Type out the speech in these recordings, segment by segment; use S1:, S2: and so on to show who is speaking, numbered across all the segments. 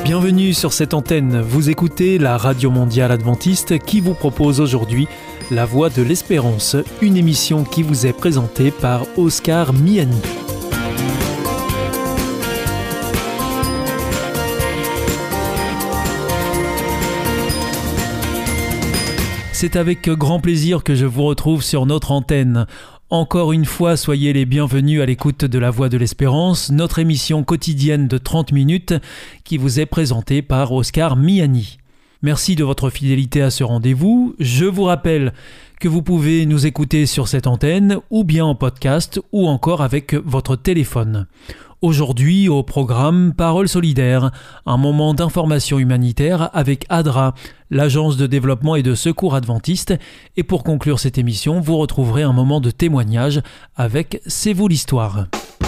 S1: Bienvenue sur cette antenne. Vous écoutez la Radio Mondiale Adventiste qui vous propose aujourd'hui La Voix de l'Espérance, une émission qui vous est présentée par Oscar Miani. C'est avec grand plaisir que je vous retrouve sur notre antenne. Encore une fois, soyez les bienvenus à l'écoute de La Voix de l'Espérance, notre émission quotidienne de 30 minutes qui vous est présentée par Oscar Miani. Merci de votre fidélité à ce rendez-vous. Je vous rappelle que vous pouvez nous écouter sur cette antenne ou bien en podcast ou encore avec votre téléphone. Aujourd'hui, au programme Paroles solidaires, un moment d'information humanitaire avec ADRA, l'Agence de développement et de secours adventiste. Et pour conclure cette émission, vous retrouverez un moment de témoignage avec C'est vous l'histoire.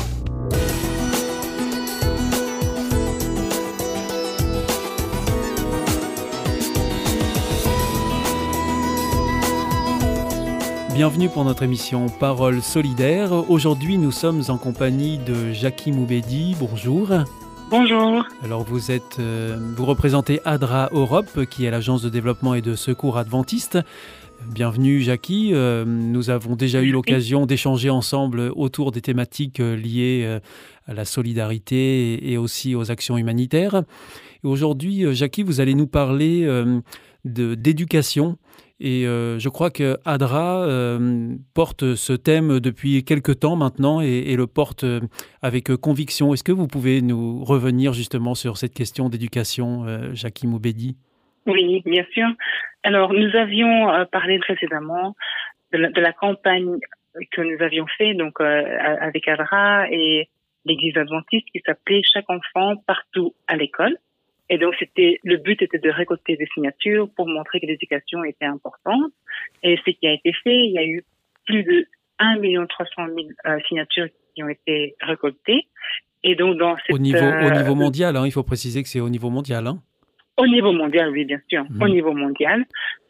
S1: Bienvenue pour notre émission Paroles solidaires. Aujourd'hui, nous sommes en compagnie de Jackie Moubedi. Bonjour.
S2: Bonjour.
S1: Alors, vous représentez ADRA Europe, qui est l'agence de développement et de secours adventiste. Bienvenue, Jackie. Nous avons déjà eu l'occasion d'échanger ensemble autour des thématiques liées à la solidarité et aussi aux actions humanitaires. Et aujourd'hui, Jackie, vous allez nous parler d'éducation. Et je crois que ADRA porte ce thème depuis quelques temps maintenant et le porte avec conviction. Est-ce que vous pouvez nous revenir justement sur cette question d'éducation, Jackie Moubedi?
S2: Oui, bien sûr. Alors, nous avions parlé précédemment de la campagne que nous avions fait donc avec ADRA et l'Église adventiste qui s'appelait Chaque enfant partout à l'école. Et donc, le but était de récolter des signatures pour montrer que l'éducation était importante. Et ce qui a été fait, il y a eu plus de 1 300 000 signatures qui ont été récoltées. Et donc, dans cette,
S1: au niveau mondial, il faut préciser que c'est au niveau mondial.
S2: Au niveau mondial, oui, bien sûr, au niveau mondial.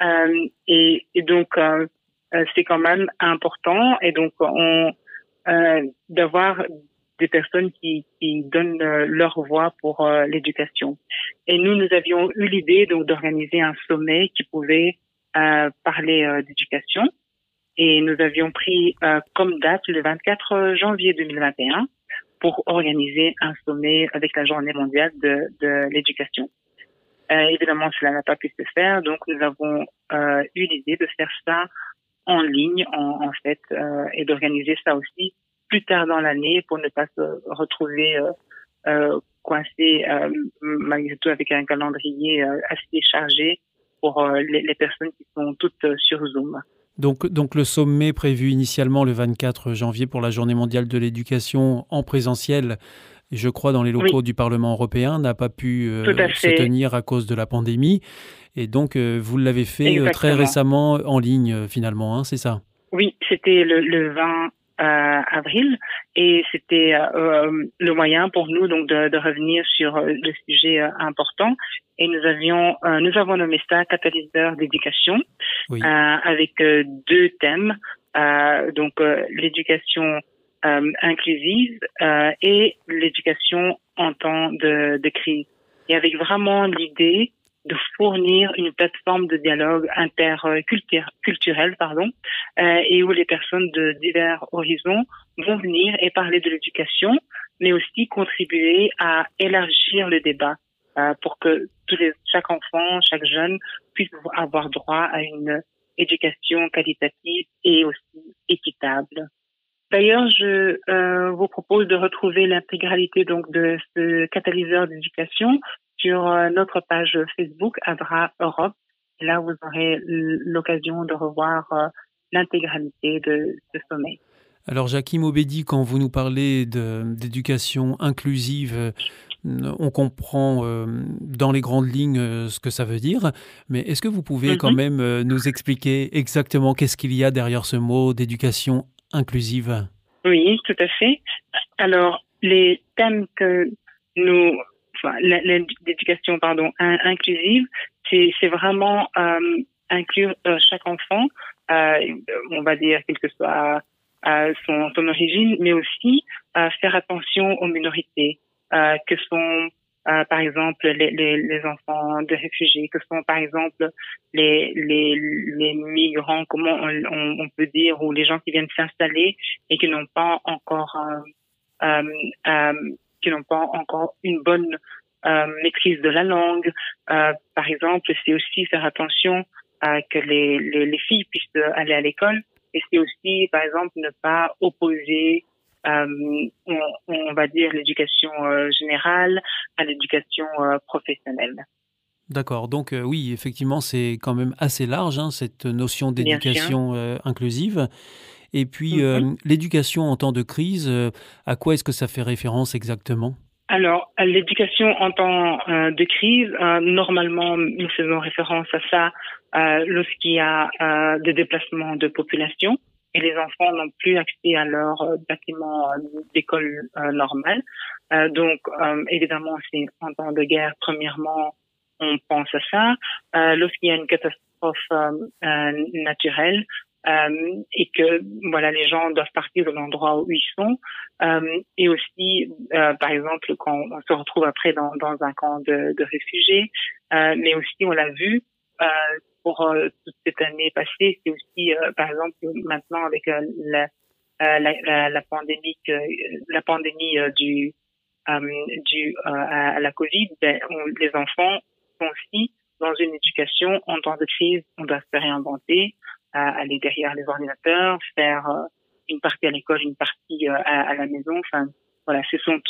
S2: Et donc, c'est quand même important. Et donc, d'avoir des personnes qui donnent leur voix pour l'éducation. Et nous avions eu l'idée donc d'organiser un sommet qui pouvait parler d'éducation. Et nous avions pris comme date le 24 janvier 2021 pour organiser un sommet avec la Journée mondiale de l'éducation. Évidemment, cela n'a pas pu se faire, donc nous avons eu l'idée de faire ça en ligne, en fait, et d'organiser ça aussi plus tard dans l'année pour ne pas se retrouver coincé malgré tout avec un calendrier assez chargé pour les personnes qui sont toutes sur Zoom.
S1: Donc le sommet prévu initialement le 24 janvier pour la Journée mondiale de l'éducation en présentiel, je crois dans les locaux du Parlement européen, n'a pas pu se tenir à cause de la pandémie. Et donc vous l'avez fait très récemment en ligne finalement, c'est ça? Oui,
S2: c'était le 20 avril et c'était le moyen pour nous donc de revenir sur le sujet important et nous avons nommé ça catalyseur d'éducation avec 2 thèmes donc l'éducation inclusive et l'éducation en temps de crise et avec vraiment l'idée de fournir une plateforme de dialogue interculturel, et où les personnes de divers horizons vont venir et parler de l'éducation, mais aussi contribuer à élargir le débat pour que chaque enfant, chaque jeune puisse avoir droit à une éducation qualitative et aussi équitable. D'ailleurs, je vous propose de retrouver l'intégralité donc de ce catalyseur d'éducation sur notre page Facebook ADRA Europe. Là, vous aurez l'occasion de revoir l'intégralité de ce sommet.
S1: Alors, Jackie Moubedi, quand vous nous parlez d'éducation inclusive, on comprend dans les grandes lignes ce que ça veut dire, mais est-ce que vous pouvez quand même nous expliquer exactement qu'est-ce qu'il y a derrière ce mot d'éducation inclusive?
S2: Oui, tout à fait. Alors, les thèmes que l'éducation inclusive, c'est vraiment inclure chaque enfant, on va dire quelle que soit son origine, mais aussi faire attention aux minorités, que sont par exemple les enfants de réfugiés, que sont par exemple les migrants, comment on peut dire, ou les gens qui viennent s'installer et qui n'ont pas encore euh, euh, une bonne maîtrise de la langue. Par exemple, c'est aussi faire attention à que les filles puissent aller à l'école, et c'est aussi, par exemple, ne pas opposer on va dire l'éducation générale à l'éducation professionnelle.
S1: D'accord, donc oui, effectivement, c'est quand même assez large, hein, cette notion
S2: Bien sûr.
S1: d'éducation inclusive. Et puis,
S2: Mhm.
S1: l'éducation en temps de crise, à quoi est-ce que ça fait référence exactement?
S2: Alors, l'éducation en temps de crise, normalement, nous faisons référence à ça lorsqu'il y a des déplacements de population et les enfants n'ont plus accès à leur bâtiment d'école normal. Donc, évidemment, c'est en temps de guerre, premièrement, on pense à ça. Lorsqu'il y a une catastrophe naturelle et que voilà, les gens doivent partir de l'endroit où ils sont. Et aussi, par exemple, quand on se retrouve après dans un camp de réfugiés, mais aussi, on l'a vu, pour toute cette année passée, c'est aussi, par exemple, maintenant avec la pandémie à la Covid, ben, les enfants sont aussi dans une éducation en temps de crise. On doit se réinventer, aller derrière les ordinateurs, faire une partie à l'école, une partie à la maison. Enfin, voilà, ce sont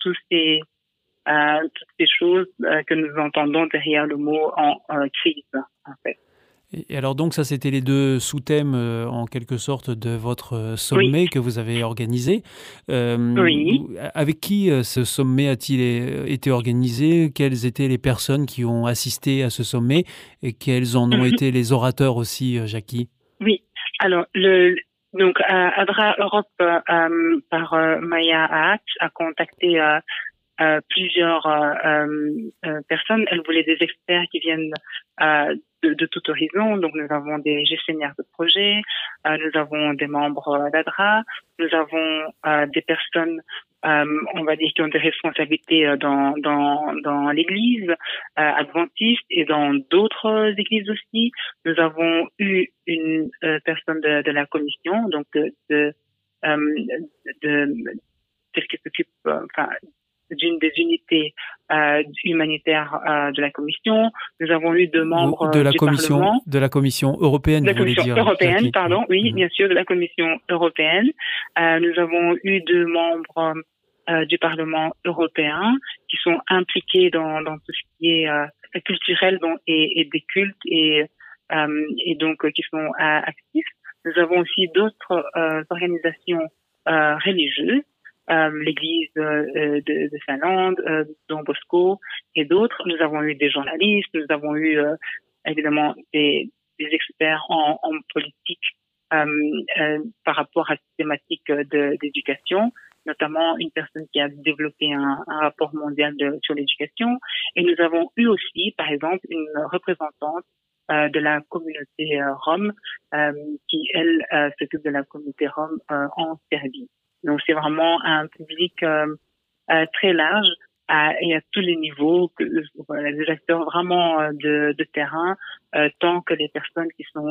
S2: toutes ces choses que nous entendons derrière le mot en crise, en fait.
S1: Et alors donc ça, c'était les 2 sous-thèmes, en quelque sorte de votre,
S2: Oui,
S1: sommet que vous avez organisé.
S2: oui.
S1: Vous avec qui, ce sommet a-t-il été organisé? Quelles étaient les personnes qui ont assisté à ce sommet et quels en ont été les orateurs aussi, Jackie?
S2: Oui. Alors, donc, Adra Europe, par Maya Haat, a contacté plusieurs personnes. Elle voulait des experts qui viennent de tout horizon. Donc, nous avons des gestionnaires de projets, nous avons des membres d'ADRA, nous avons des personnes, on va dire, qui ont des responsabilités dans l'Église adventiste et dans d'autres églises aussi. Nous avons eu une personne de la commission, donc euh, de celle qui s'occupe, enfin, d'une des unités humanitaires de la Commission. Nous avons eu 2 membres du Parlement.
S1: De la Commission européenne,
S2: De la
S1: vous voulez
S2: Commission
S1: dire,
S2: européenne,
S1: Jackie? Oui.
S2: pardon, oui,
S1: Mmh.
S2: bien sûr, de la Commission européenne. Nous avons eu 2 membres du Parlement européen qui sont impliqués dans tout ce qui est culturel et des cultes et donc qui sont actifs. Nous avons aussi d'autres organisations religieuses, l'Église de Finlande, Don Bosco et d'autres. Nous avons eu des journalistes, nous avons eu évidemment des experts en politique par rapport à cette thématique d'éducation, notamment une personne qui a développé un rapport mondial sur l'éducation. Et nous avons eu aussi, par exemple, une représentante de la communauté rome qui, elle, s'occupe de la communauté rome en Serbie. Donc, c'est vraiment un public très large et à tous les niveaux, voilà, des acteurs vraiment de terrain, tant que les personnes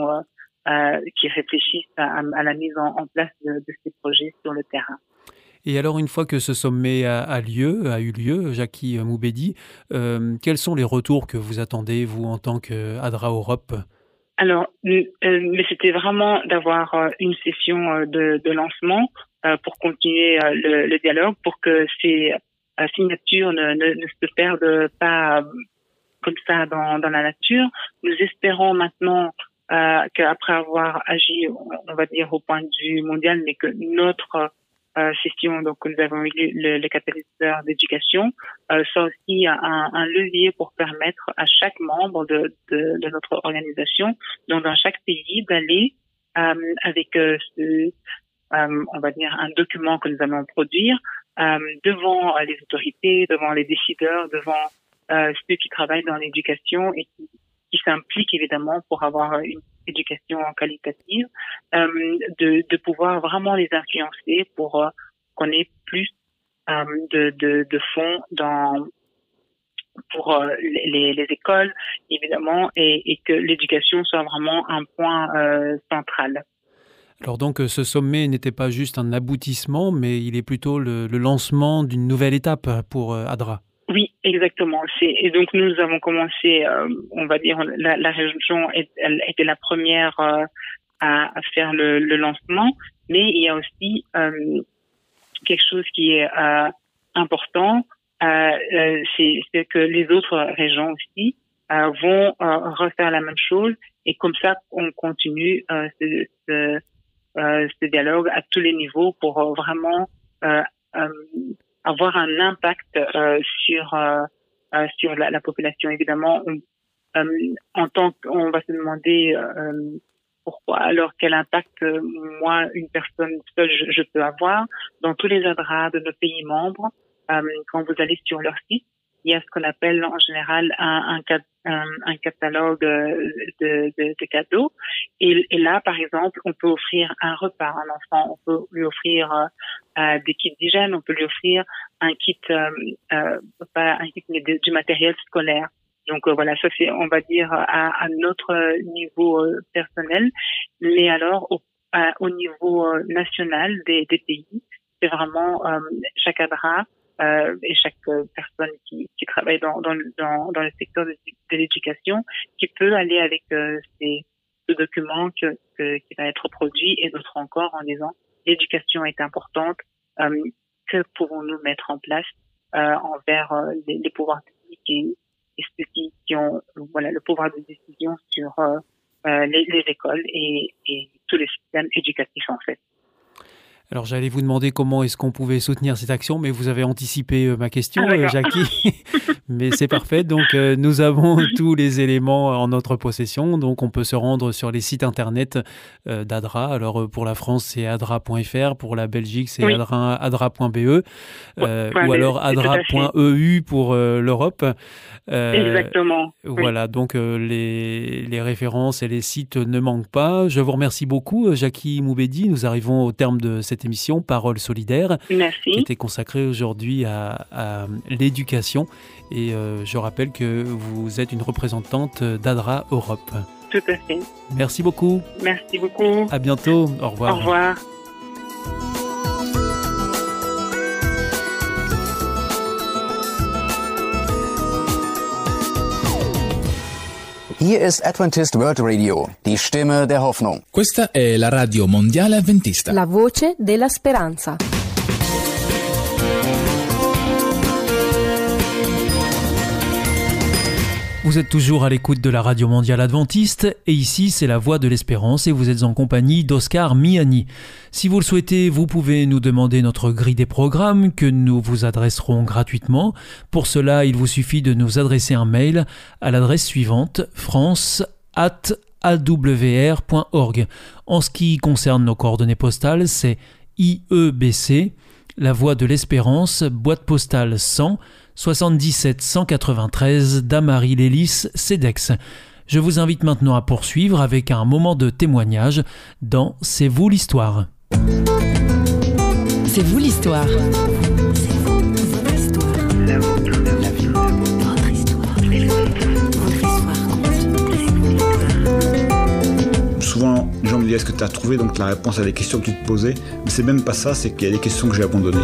S2: qui réfléchissent à la mise en place de ces projets sur le terrain.
S1: Et alors, une fois que ce sommet a eu lieu, Jackie Moubedi, quels sont les retours que vous attendez, vous, en tant qu'ADRA Europe?
S2: Alors, mais c'était vraiment d'avoir une session de lancement pour continuer le dialogue, pour que ces signatures ne se perdent pas comme ça dans la nature. Nous espérons maintenant qu'après avoir agi, on va dire au point de vue mondial, mais que notre session, donc nous avons eu le catalyseur d'éducation, soit aussi un levier pour permettre à chaque membre de notre organisation, donc dans chaque pays, d'aller avec on va dire un document que nous allons produire devant les autorités, devant les décideurs, devant ceux qui travaillent dans l'éducation et qui s'impliquent évidemment pour avoir une éducation qualitative, de pouvoir vraiment les influencer pour qu'on ait plus de fonds pour les écoles, évidemment, et que l'éducation soit vraiment un point central.
S1: Alors donc ce sommet n'était pas juste un aboutissement, mais il est plutôt le lancement d'une nouvelle étape pour ADRA.
S2: Oui, exactement. Et donc nous avons commencé, on va dire, la région elle était la première à faire le lancement, mais il y a aussi quelque chose qui est important, c'est que les autres régions aussi vont refaire la même chose, et comme ça on continue ce dialogue à tous les niveaux pour vraiment avoir un impact sur la population. Évidemment, en tant qu'on va se demander pourquoi, alors quel impact moi, une personne seule, je peux avoir. Dans tous les ADRA de nos pays membres, quand vous allez sur leur site, il y a ce qu'on appelle en général un catalogue de cadeaux. Et là, par exemple, on peut offrir un repas à un enfant, on peut lui offrir des kits d'hygiène, on peut lui offrir un kit, pas un kit, mais du matériel scolaire. Donc voilà, ça c'est, on va dire, à notre niveau personnel. Mais alors, au niveau national des pays, c'est vraiment chaque ADRA et chaque personne qui travaille dans le secteur de l'éducation qui peut aller avec ce document qui va être produit, et d'autres encore en disant l'éducation est importante, que pouvons-nous mettre en place envers les pouvoirs publics et ceux qui ont le pouvoir de décision sur les écoles et tous les systèmes éducatifs en fait.
S1: Alors j'allais vous demander comment est-ce qu'on pouvait soutenir cette action, mais vous avez anticipé ma question, Jackie. Mais c'est parfait. Donc nous avons tous les éléments en notre possession. Donc on peut se rendre sur les sites internet d'ADRA. Alors pour la France, c'est adra.fr. Pour la Belgique, c'est adra.be. Ou alors adra.eu pour l'Europe.
S2: Exactement.
S1: Voilà, donc les références et les sites ne manquent pas. Je vous remercie beaucoup, Jackie Moubedi. Nous arrivons au terme de cette émission Parole solidaire.
S2: Merci.
S1: Qui était consacrée aujourd'hui à l'éducation. Et je rappelle que vous êtes une représentante d'ADRA Europe.
S2: Tout à fait.
S1: Merci beaucoup.
S2: Merci beaucoup.
S1: À bientôt. Au revoir.
S2: Au revoir.
S3: Hier ist Adventist World Radio, die Stimme der Hoffnung.
S4: Questa è la Radio Mondiale Adventista.
S5: La voce della speranza.
S1: Vous êtes toujours à l'écoute de la Radio Mondiale Adventiste et ici c'est la Voix de l'Espérance et vous êtes en compagnie d'Oscar Miani. Si vous le souhaitez, vous pouvez nous demander notre grille des programmes que nous vous adresserons gratuitement. Pour cela, il vous suffit de nous adresser un mail à l'adresse suivante france@awr.org. En ce qui concerne nos coordonnées postales, c'est IEBC, la Voix de l'Espérance, boîte postale 100 77 193 Damary-Lélis, Cedex. Je vous invite maintenant à poursuivre avec un moment de témoignage dans C'est vous l'histoire.
S6: C'est vous l'histoire.
S7: C'est vous l'histoire. Votre histoire.
S8: Souvent, les gens me disent est-ce que tu as trouvé donc la réponse à des questions que tu te posais, mais c'est même pas ça, c'est qu'il y a des questions que j'ai abandonnées.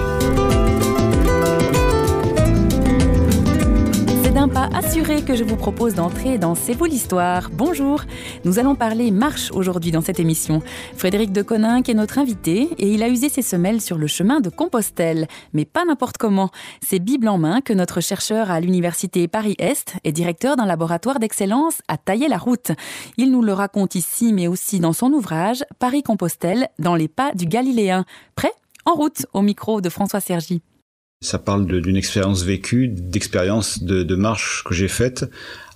S6: D'un pas assuré que je vous propose d'entrer dans C'est vous l'histoire. Bonjour, nous allons parler marche aujourd'hui dans cette émission. Frédéric de Coninck est notre invité et il a usé ses semelles sur le chemin de Compostelle, mais pas n'importe comment. C'est Bible en main que notre chercheur à l'université Paris-Est et directeur d'un laboratoire d'excellence a taillé la route. Il nous le raconte ici, mais aussi dans son ouvrage Paris-Compostelle, dans les pas du Galiléen. Prêt ? En route, au micro de François Sergi.
S8: Ça parle d'une expérience vécue, d'expérience de marche que j'ai faite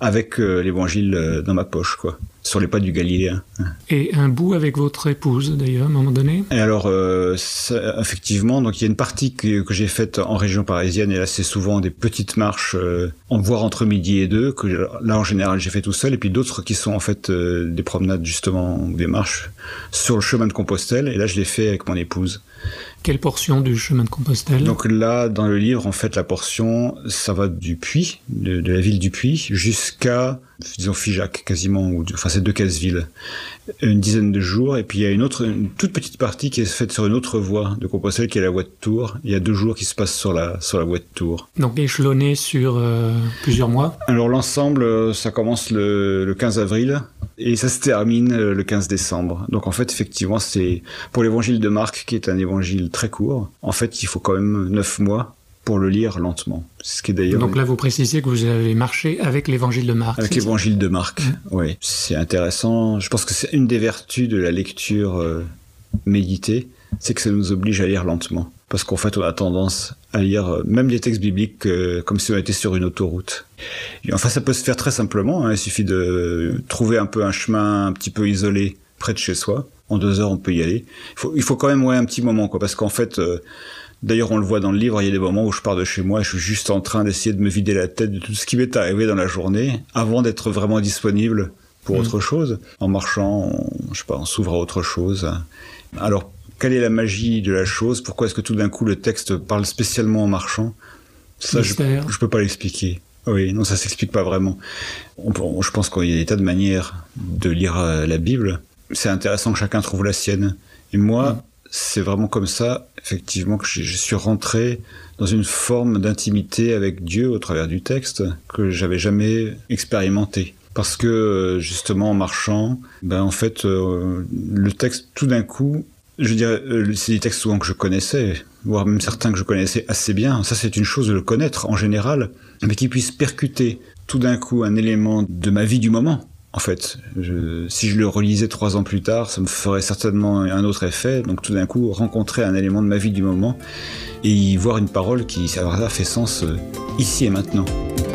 S8: avec l'évangile dans ma poche, quoi, sur les pas du Galiléen.
S9: Et un bout avec votre épouse, d'ailleurs, à un moment donné.
S8: Et alors, effectivement, donc il y a une partie que j'ai faite en région parisienne, et là c'est souvent des petites marches, voire entre midi et 2, que là en général j'ai fait tout seul, et puis d'autres qui sont en fait des promenades justement, ou des marches sur le chemin de Compostelle, et là je l'ai fait avec mon épouse.
S9: Quelle portion du chemin de Compostelle?
S8: Donc là, dans le livre, en fait, la portion, ça va du Puy, de la ville du Puy, jusqu'à, disons, Figeac, quasiment, enfin, c'est Decazeville. Une dizaine de jours, et puis il y a une toute petite partie qui est faite sur une autre voie de Compostelle, qui est la voie de Tours. Il y a 2 jours qui se passent sur la voie de Tours.
S9: Donc échelonné sur plusieurs mois?
S8: Alors l'ensemble, ça commence le 15 avril, et ça se termine le 15 décembre. Donc en fait, effectivement, c'est pour l'évangile de Marc, qui est un évangile très court. En fait, il faut quand même 9 mois pour le lire lentement. Ce qui est d'ailleurs...
S9: Donc là, vous précisez que vous avez marché avec l'évangile de Marc.
S8: Avec l'évangile de Marc, oui. C'est intéressant. Je pense que c'est une des vertus de la lecture méditée, c'est que ça nous oblige à lire lentement. Parce qu'en fait, on a tendance à lire même des textes bibliques comme si on était sur une autoroute. Et enfin, ça peut se faire très simplement, hein. Il suffit de trouver un peu un chemin un petit peu isolé près de chez soi. En 2 heures, on peut y aller. Il faut quand même un petit moment, quoi, parce qu'en fait... D'ailleurs, on le voit dans le livre, il y a des moments où je pars de chez moi et je suis juste en train d'essayer de me vider la tête de tout ce qui m'est arrivé dans la journée avant d'être vraiment disponible pour autre chose. En marchant, on s'ouvre à autre chose. Alors, quelle est la magie de la chose? Pourquoi est-ce que tout d'un coup le texte parle spécialement en marchant? Ça, je peux pas l'expliquer. Oui, non, ça s'explique pas vraiment. Je pense qu'il y a des tas de manières de lire la Bible. C'est intéressant que chacun trouve la sienne. Et moi... C'est vraiment comme ça, effectivement, que je suis rentré dans une forme d'intimité avec Dieu au travers du texte que j'avais jamais expérimenté. Parce que, justement, en marchant, en fait, le texte, tout d'un coup, je dirais, c'est des textes souvent que je connaissais, voire même certains que je connaissais assez bien. Ça, c'est une chose de le connaître en général, mais qui puisse percuter tout d'un coup un élément de ma vie du moment. En fait, si je le relisais 3 ans plus tard, ça me ferait certainement un autre effet. Donc tout d'un coup, rencontrer un élément de ma vie du moment et y voir une parole qui, ça fait sens ici et maintenant.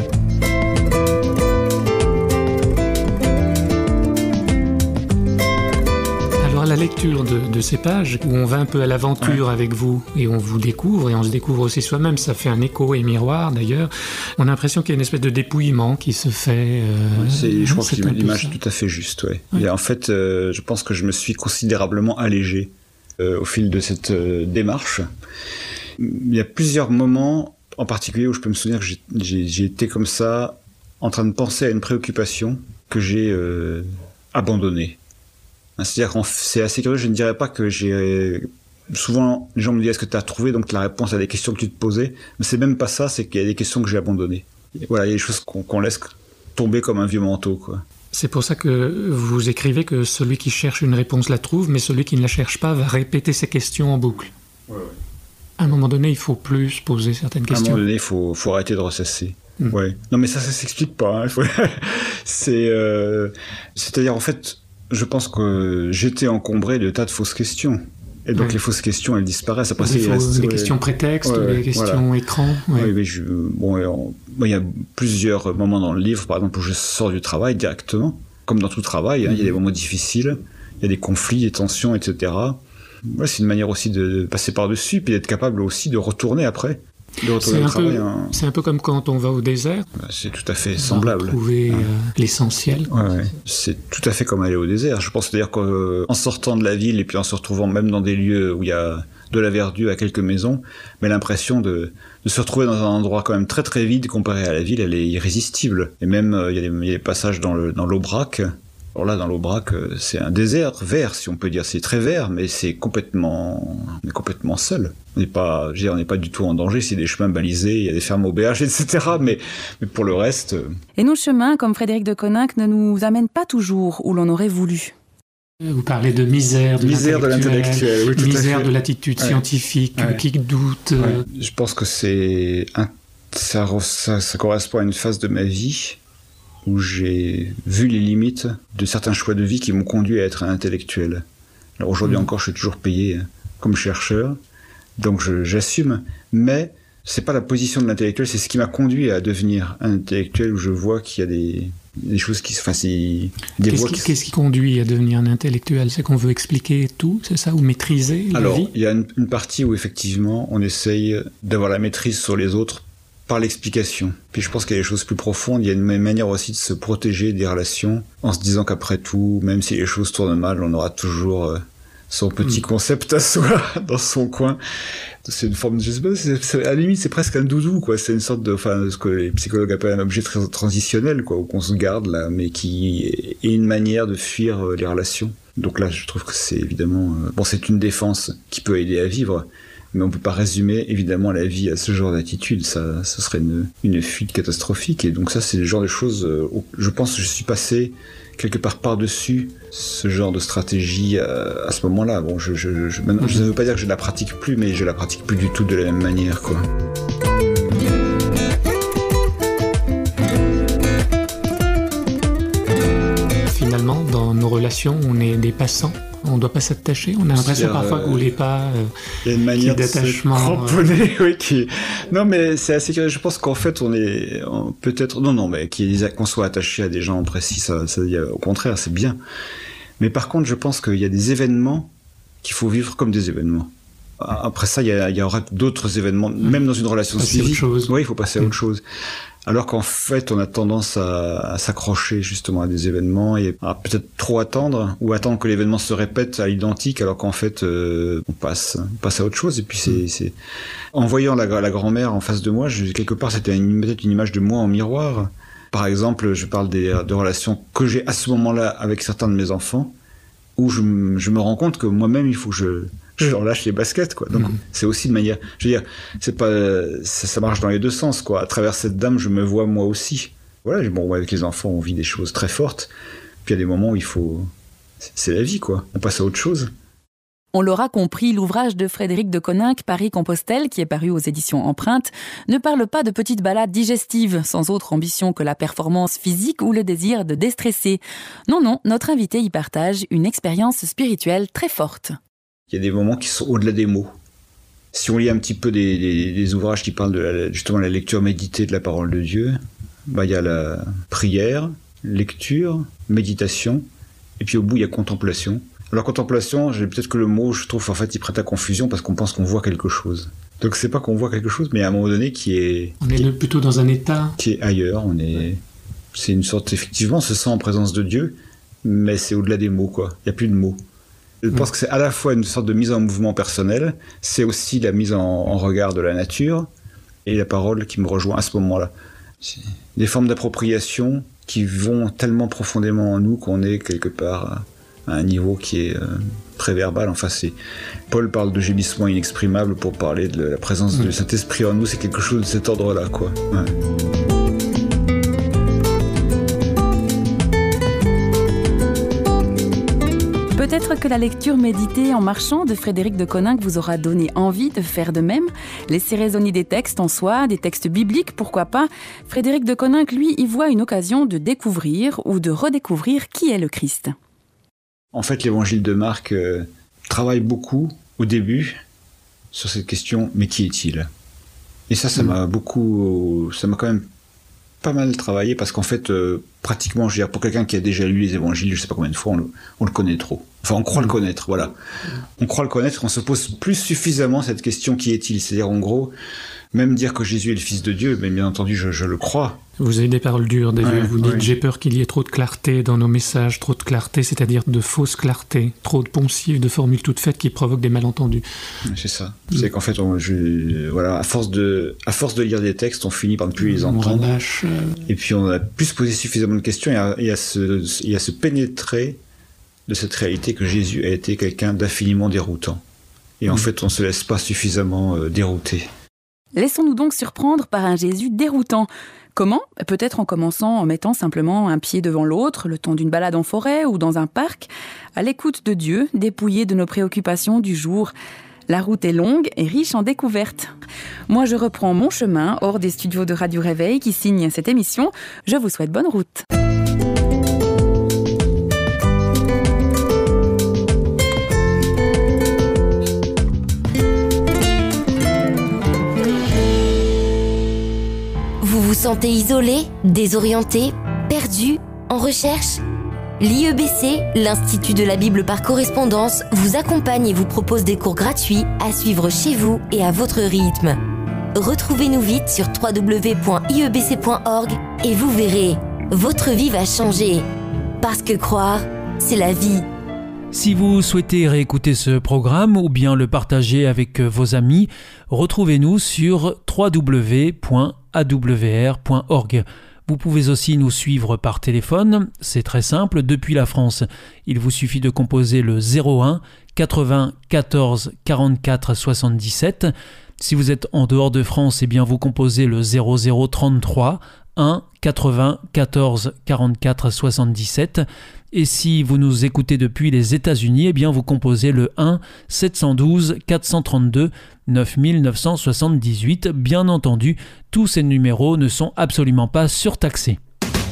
S9: La lecture de ces pages, où on va un peu à l'aventure avec vous, et on vous découvre, et on se découvre aussi soi-même, ça fait un écho et miroir d'ailleurs, on a l'impression qu'il y a une espèce de dépouillement qui se fait...
S8: je pense que l'image est tout à fait juste, ouais. Et en fait, je pense que je me suis considérablement allégé au fil de cette démarche. Il y a plusieurs moments, en particulier, où je peux me souvenir que j'ai été comme ça, en train de penser à une préoccupation que j'ai abandonnée. C'est-à-dire que c'est assez curieux, je ne dirais pas que j'ai... Souvent, les gens me disent « Est-ce que tu as trouvé donc la réponse à des questions que tu te posais ?» Mais c'est même pas ça, c'est qu'il y a des questions que j'ai abandonnées. Et voilà, il y a des choses qu'on laisse tomber comme un vieux manteau, quoi.
S9: C'est pour ça que vous écrivez que celui qui cherche une réponse la trouve, mais celui qui ne la cherche pas va répéter ses questions en boucle. Ouais. À un moment donné, il faut plus se poser certaines questions.
S8: À un moment donné, il faut arrêter de ressasser. Ouais. Non, mais ça s'explique pas. Hein. C'est-à-dire, en fait... Je pense que j'étais encombré de tas de fausses questions. Et donc les fausses questions, elles disparaissent. Après,
S9: des questions prétextes, des questions écran. Ouais.
S8: Oui, il y a plusieurs moments dans le livre, par exemple, où je sors du travail directement. Comme dans tout travail, il y a des moments difficiles, il y a des conflits, des tensions, etc. Ouais, c'est une manière aussi de passer par-dessus, puis d'être capable aussi de retourner après.
S9: C'est un peu comme quand on va au désert.
S8: C'est tout à fait semblable.
S9: Trouver l'essentiel.
S8: Ouais. C'est tout à fait comme aller au désert. Je pense d'ailleurs qu'en sortant de la ville et puis en se retrouvant même dans des lieux où il y a de la verdure à quelques maisons, mais l'impression de se retrouver dans un endroit quand même très très vide comparé à la ville, elle est irrésistible. Et même il y a des passages dans l'Aubrac. Alors là, dans l'Aubrac, c'est un désert vert, si on peut dire. C'est très vert, mais on est complètement seul. On n'est pas du tout en danger. C'est des chemins balisés, il y a des fermes au péage, etc. Mais pour le reste...
S6: Et nos chemins, comme Frédéric de Coninck, ne nous amènent pas toujours où l'on aurait voulu.
S9: Vous parlez de misère de l'intellectuel,
S8: oui,
S9: misère de l'attitude scientifique, qui doute.
S8: Ouais. Je pense que ça correspond à une phase de ma vie où j'ai vu les limites de certains choix de vie qui m'ont conduit à être un intellectuel. Alors aujourd'hui encore, je suis toujours payé comme chercheur, donc j'assume, mais c'est pas la position de l'intellectuel, c'est ce qui m'a conduit à devenir un intellectuel, où je vois qu'il y a des choses qui se... Enfin, c'est des voies qui...
S9: Qu'est-ce qui conduit à devenir un intellectuel? C'est qu'on veut expliquer tout, c'est ça? Ou maîtriser la vie?
S8: Alors, il y a une partie où effectivement, on essaye d'avoir la maîtrise sur les autres par l'explication. Puis je pense qu'il y a des choses plus profondes, il y a une manière aussi de se protéger des relations, en se disant qu'après tout, même si les choses tournent mal, on aura toujours son petit concept à soi, dans son coin. C'est une forme, je sais pas, à la limite, c'est presque un doudou, quoi. C'est une sorte de, ce que les psychologues appellent un objet très transitionnel, quoi, où qu'on se garde, là, mais qui est une manière de fuir les relations. Donc là, je trouve que c'est évidemment, c'est une défense qui peut aider à vivre, mais on peut pas résumer, évidemment, la vie à ce genre d'attitude. Ça serait une fuite catastrophique. Et donc ça, c'est le genre de choses, où je pense que je suis passé quelque part par-dessus ce genre de stratégie à ce moment-là. Bon, je ne veux pas dire que je la pratique plus, mais je la pratique plus du tout de la même manière, quoi.
S9: Finalement, dans nos relations, on est des passants. On ne doit pas s'attacher. On a l'impression parfois que vous voulez pas.
S8: Il y a une manière de se cramponner, oui. Non, mais c'est assez curieux. Je pense qu'en fait, on est peut-être mais qu'on soit attaché à des gens précis, ça, au contraire, c'est bien. Mais par contre, je pense qu'il y a des événements qu'il faut vivre comme des événements. Après ça, il y aura d'autres événements, même dans une relation civile. Oui, il faut passer à autre chose. Alors qu'en fait, on a tendance à s'accrocher justement à des événements et à peut-être trop attendre, ou attendre que l'événement se répète à l'identique, alors qu'en fait, on passe à autre chose. Et puis c'est en voyant la grand-mère en face de moi, quelque part, c'était peut-être une image de moi en miroir. Par exemple, je parle de relations que j'ai à ce moment-là avec certains de mes enfants, où je me rends compte que moi-même, il faut que je leur lâche les baskets, quoi. Donc, c'est aussi de manière, je veux dire, c'est pas, ça marche dans les deux sens, quoi. À travers cette dame, je me vois moi aussi. Voilà, avec les enfants, on vit des choses très fortes. Puis il y a des moments où c'est la vie, quoi. On passe à autre chose.
S6: On l'aura compris, l'ouvrage de Frédéric de Coninck, Paris-Compostelle, qui est paru aux éditions Empreinte, ne parle pas de petites balades digestives, sans autre ambition que la performance physique ou le désir de déstresser. Non, notre invité y partage une expérience spirituelle très forte.
S8: Il y a des moments qui sont au-delà des mots. Si on lit un petit peu des ouvrages qui parlent de justement la lecture méditée de la parole de Dieu, il y a la prière, lecture, méditation, et puis au bout il y a contemplation. Alors contemplation, peut-être que le mot, je trouve, en fait, il prête à confusion parce qu'on pense qu'on voit quelque chose. Donc c'est pas qu'on voit quelque chose, mais à un moment donné
S9: on est plutôt dans un état
S8: qui est ailleurs. C'est une sorte, effectivement, on se sent en présence de Dieu, mais c'est au-delà des mots, quoi. Il y a plus de mots. Je pense que c'est à la fois une sorte de mise en mouvement personnel, c'est aussi la mise en regard de la nature et la parole qui me rejoint à ce moment-là. C'est des formes d'appropriation qui vont tellement profondément en nous qu'on est quelque part à un niveau qui est très verbal. Enfin, Paul parle de gémissement inexprimable pour parler de la présence de cet esprit en nous. C'est quelque chose de cet ordre-là, quoi. Ouais.
S6: Peut-être que la lecture méditée en marchant de Frédéric de Coninck vous aura donné envie de faire de même. Laissez résonner des textes en soi, des textes bibliques, pourquoi pas. Frédéric de Coninck, lui, y voit une occasion de découvrir ou de redécouvrir qui est le Christ.
S8: En fait, l'évangile de Marc travaille beaucoup au début sur cette question, mais qui est-il ? Et ça m'a quand même pas mal travaillé parce qu'en fait, pratiquement, je veux dire, pour quelqu'un qui a déjà lu les évangiles, je sais pas combien de fois, on le connaît trop. Enfin, on croit le connaître, voilà. On croit le connaître, on se pose plus suffisamment cette question, qui est-il ? C'est-à-dire, en gros, même dire que Jésus est le Fils de Dieu, mais bien entendu, je le crois.
S9: Vous avez des paroles dures, David. Vous dites, j'ai peur qu'il y ait trop de clarté dans nos messages, trop de clarté, c'est-à-dire de fausse clarté, trop de poncifs, de formules toutes faites qui provoquent des malentendus.
S8: C'est ça. C'est qu'en fait, à force de lire des textes, on finit par ne plus les entendre. Et puis, on a pu se poser suffisamment de questions et à se pénétrer de cette réalité que Jésus a été quelqu'un d'infiniment déroutant. Et en fait, on ne se laisse pas suffisamment dérouter.
S6: Laissons-nous donc surprendre par un Jésus déroutant. Comment ? Peut-être en commençant en mettant simplement un pied devant l'autre, le temps d'une balade en forêt ou dans un parc, à l'écoute de Dieu, dépouillé de nos préoccupations du jour. La route est longue et riche en découvertes. Moi, je reprends mon chemin hors des studios de Radio Réveil qui signent cette émission. Je vous souhaite bonne route.
S10: sentez isolé, désorienté, perdu, en recherche ? L'IEBC, l'Institut de la Bible par correspondance, vous accompagne et vous propose des cours gratuits à suivre chez vous et à votre rythme. Retrouvez-nous vite sur www.iebc.org et vous verrez, votre vie va changer. Parce que croire, c'est la vie.
S1: Si vous souhaitez réécouter ce programme ou bien le partager avec vos amis, retrouvez-nous sur www.awr.org. Vous pouvez aussi nous suivre par téléphone, c'est très simple, depuis la France. Il vous suffit de composer le 01 80 14 44 77. Si vous êtes en dehors de France, eh bien vous composez le 00 33 1 80 14 44 77. Et si vous nous écoutez depuis les États-Unis, eh bien vous composez le 1 712 432 9978. Bien entendu, tous ces numéros ne sont absolument pas surtaxés.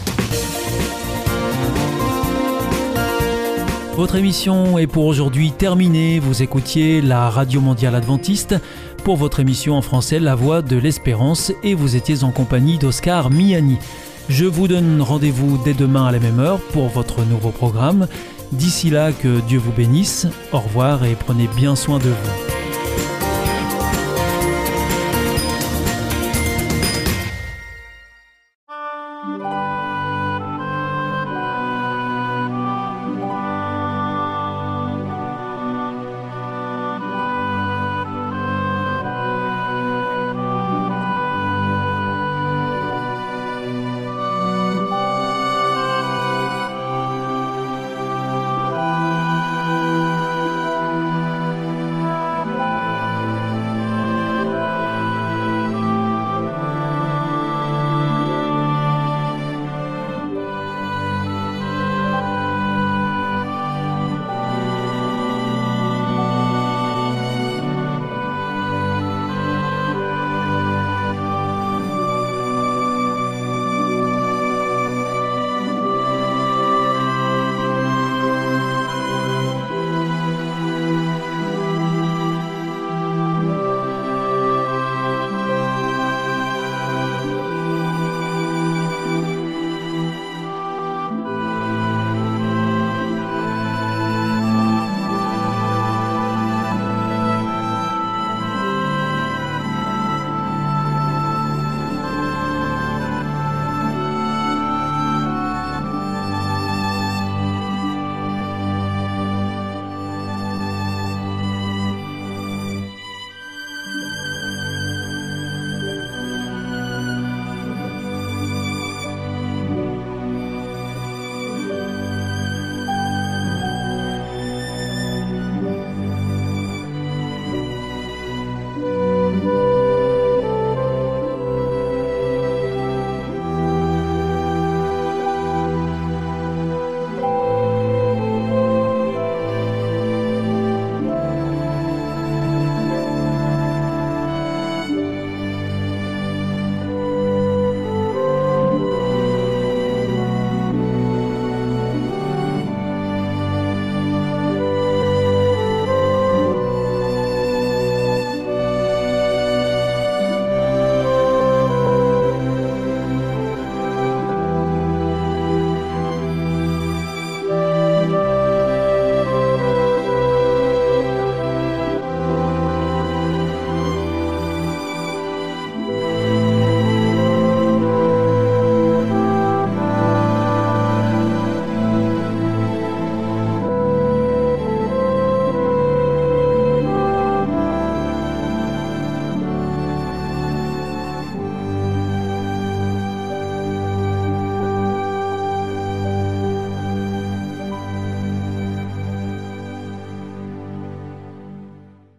S1: Votre émission est pour aujourd'hui terminée. Vous écoutiez la Radio Mondiale Adventiste pour votre émission en français La Voix de l'Espérance et vous étiez en compagnie d'Oscar Miani. Je vous donne rendez-vous dès demain à la même heure pour votre nouveau programme. D'ici là, que Dieu vous bénisse. Au revoir et prenez bien soin de vous.